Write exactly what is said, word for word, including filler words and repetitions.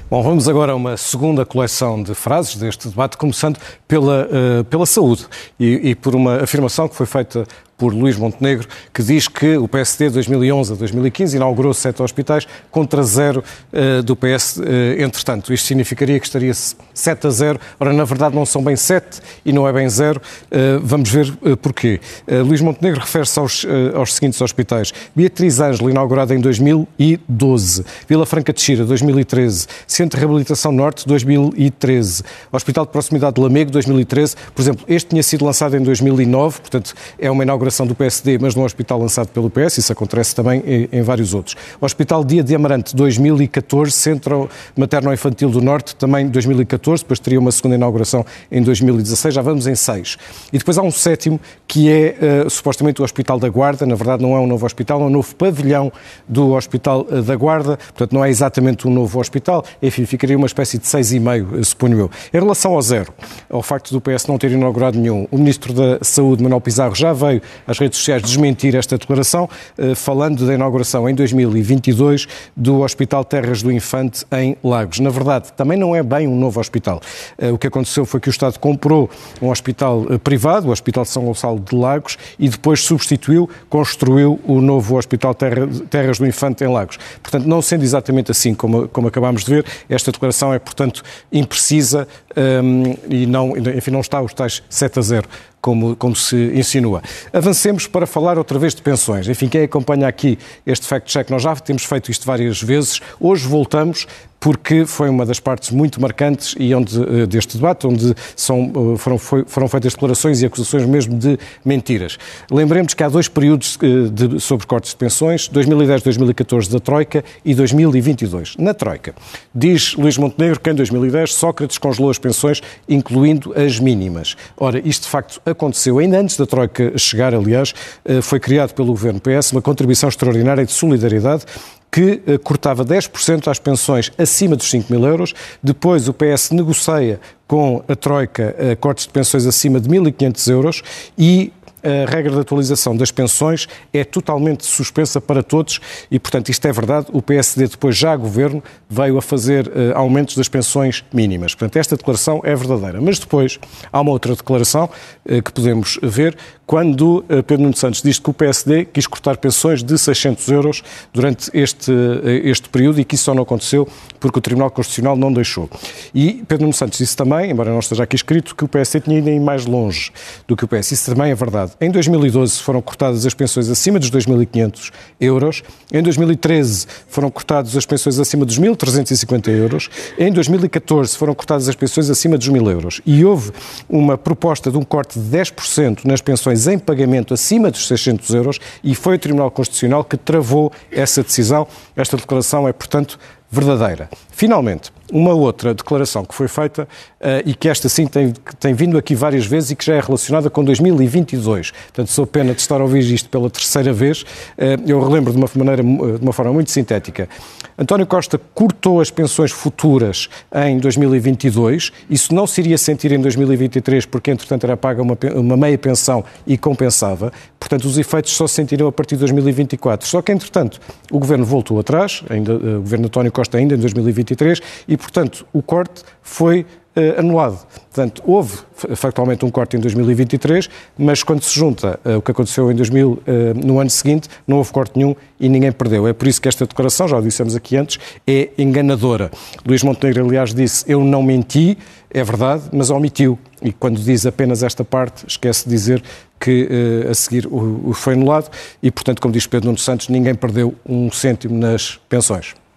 Bom, vamos agora a uma segunda coleção de frases deste debate, começando pela, uh, pela saúde e, e por uma afirmação que foi feita por Luís Montenegro, que diz que o P S D de dois mil e onze a dois mil e quinze inaugurou sete hospitais contra zero uh, do P S, uh, entretanto. Isto significaria que estaria sete a zero. Ora, na verdade não são bem sete e não é bem zero. Uh, vamos ver uh, porquê. Uh, Luís Montenegro refere-se aos, uh, aos seguintes hospitais. Beatriz Ângelo, inaugurada em dois mil e doze. Vila Franca de Xira, dois mil e treze. Centro de Reabilitação Norte, dois mil e treze. Hospital de Proximidade de Lamego, dois mil e treze. Por exemplo, este tinha sido lançado em dois mil e nove, portanto é uma inauguração do P S D, mas num hospital lançado pelo P S, isso acontece também em, em vários outros. Hospital Dia de Amarante, dois mil e catorze, Centro Materno-Infantil do Norte, também dois mil e catorze, depois teria uma segunda inauguração em dois mil e dezasseis, já vamos em seis. E depois há um sétimo, que é uh, supostamente o Hospital da Guarda, na verdade não é um novo hospital, é um novo pavilhão do Hospital uh, da Guarda, portanto não é exatamente um novo hospital, enfim, ficaria uma espécie de seis e meio, uh, suponho eu. Em relação ao zero, ao facto do P S não ter inaugurado nenhum, o Ministro da Saúde, Manuel Pizarro, já veio às redes sociais desmentir esta declaração, falando da inauguração em dois mil e vinte e dois do Hospital Terras do Infante em Lagos. Na verdade, também não é bem um novo hospital. O que aconteceu foi que o Estado comprou um hospital privado, o Hospital de São Gonçalo de Lagos, e depois substituiu, construiu o novo Hospital Terras do Infante em Lagos. Portanto, não sendo exatamente assim como, como acabámos de ver, esta declaração é, portanto, imprecisa um, e não, enfim, não está os tais sete a zero. Como, como se insinua. Avancemos para falar outra vez de pensões. Enfim, quem acompanha aqui este fact-check, nós já temos feito isto várias vezes. Hoje voltamos porque foi uma das partes muito marcantes e onde, deste debate, onde são, foram, foi, foram feitas declarações e acusações mesmo de mentiras. Lembremos que há dois períodos de, sobre cortes de pensões, dois mil e dez, dois mil e catorze da Troika e dois mil e vinte e dois. Na Troika, diz Luís Montenegro que em dois mil e dez Sócrates congelou as pensões, incluindo as mínimas. Ora, isto de facto aconteceu ainda antes da Troika chegar, aliás, foi criado pelo governo P S uma contribuição extraordinária de solidariedade que uh, cortava dez por cento às pensões acima dos cinco mil euros. Depois o P S negocia com a Troika uh, cortes de pensões acima de mil e quinhentos euros e a regra de atualização das pensões é totalmente suspensa para todos e, portanto, isto é verdade. O P S D, depois já a governo, veio a fazer uh, aumentos das pensões mínimas. Portanto, esta declaração é verdadeira. Mas depois há uma outra declaração uh, que podemos ver quando uh, Pedro Nuno Santos diz que o P S D quis cortar pensões de seiscentos euros durante este, uh, este período e que isso só não aconteceu porque o Tribunal Constitucional não deixou. E Pedro Nuno Santos disse também, embora não esteja aqui escrito, que o P S D tinha ido ir mais longe do que o P S. Isso também é verdade. Em dois mil e doze foram cortadas as pensões acima dos dois mil e quinhentos euros. Em dois mil e treze foram cortadas as pensões acima dos mil trezentos e cinquenta euros. Em dois mil e catorze foram cortadas as pensões acima dos mil euros. E houve uma proposta de um corte de dez por cento nas pensões em pagamento acima dos seiscentos euros e foi o Tribunal Constitucional que travou essa decisão. Esta declaração é, portanto, verdadeira. Finalmente, uma outra declaração que foi feita uh, e que esta sim tem, tem vindo aqui várias vezes e que já é relacionada com dois mil e vinte e dois. Portanto, sou pena de estar a ouvir isto pela terceira vez. Uh, eu relembro de uma maneira, de uma forma muito sintética. António Costa cortou as pensões futuras em dois mil e vinte e dois. Isso não se iria sentir em dois mil e vinte e três porque, entretanto, era paga uma, uma meia pensão e compensava. Portanto, os efeitos só se sentiriam a partir de dois mil e vinte e quatro. Só que, entretanto, o Governo voltou atrás, ainda, o Governo de António Costa ainda em dois mil e vinte e três, e, portanto, o corte foi uh, anulado. Portanto, houve factualmente um corte em dois mil e vinte e três, mas quando se junta uh, o que aconteceu em dois mil, uh, no ano seguinte, não houve corte nenhum e ninguém perdeu. É por isso que esta declaração, já o dissemos aqui antes, é enganadora. Luís Montenegro, aliás, disse, eu não menti, é verdade, mas omitiu. E quando diz apenas esta parte, esquece de dizer que uh, a seguir o, o foi anulado e, portanto, como diz Pedro Nuno Santos, ninguém perdeu um cêntimo nas pensões.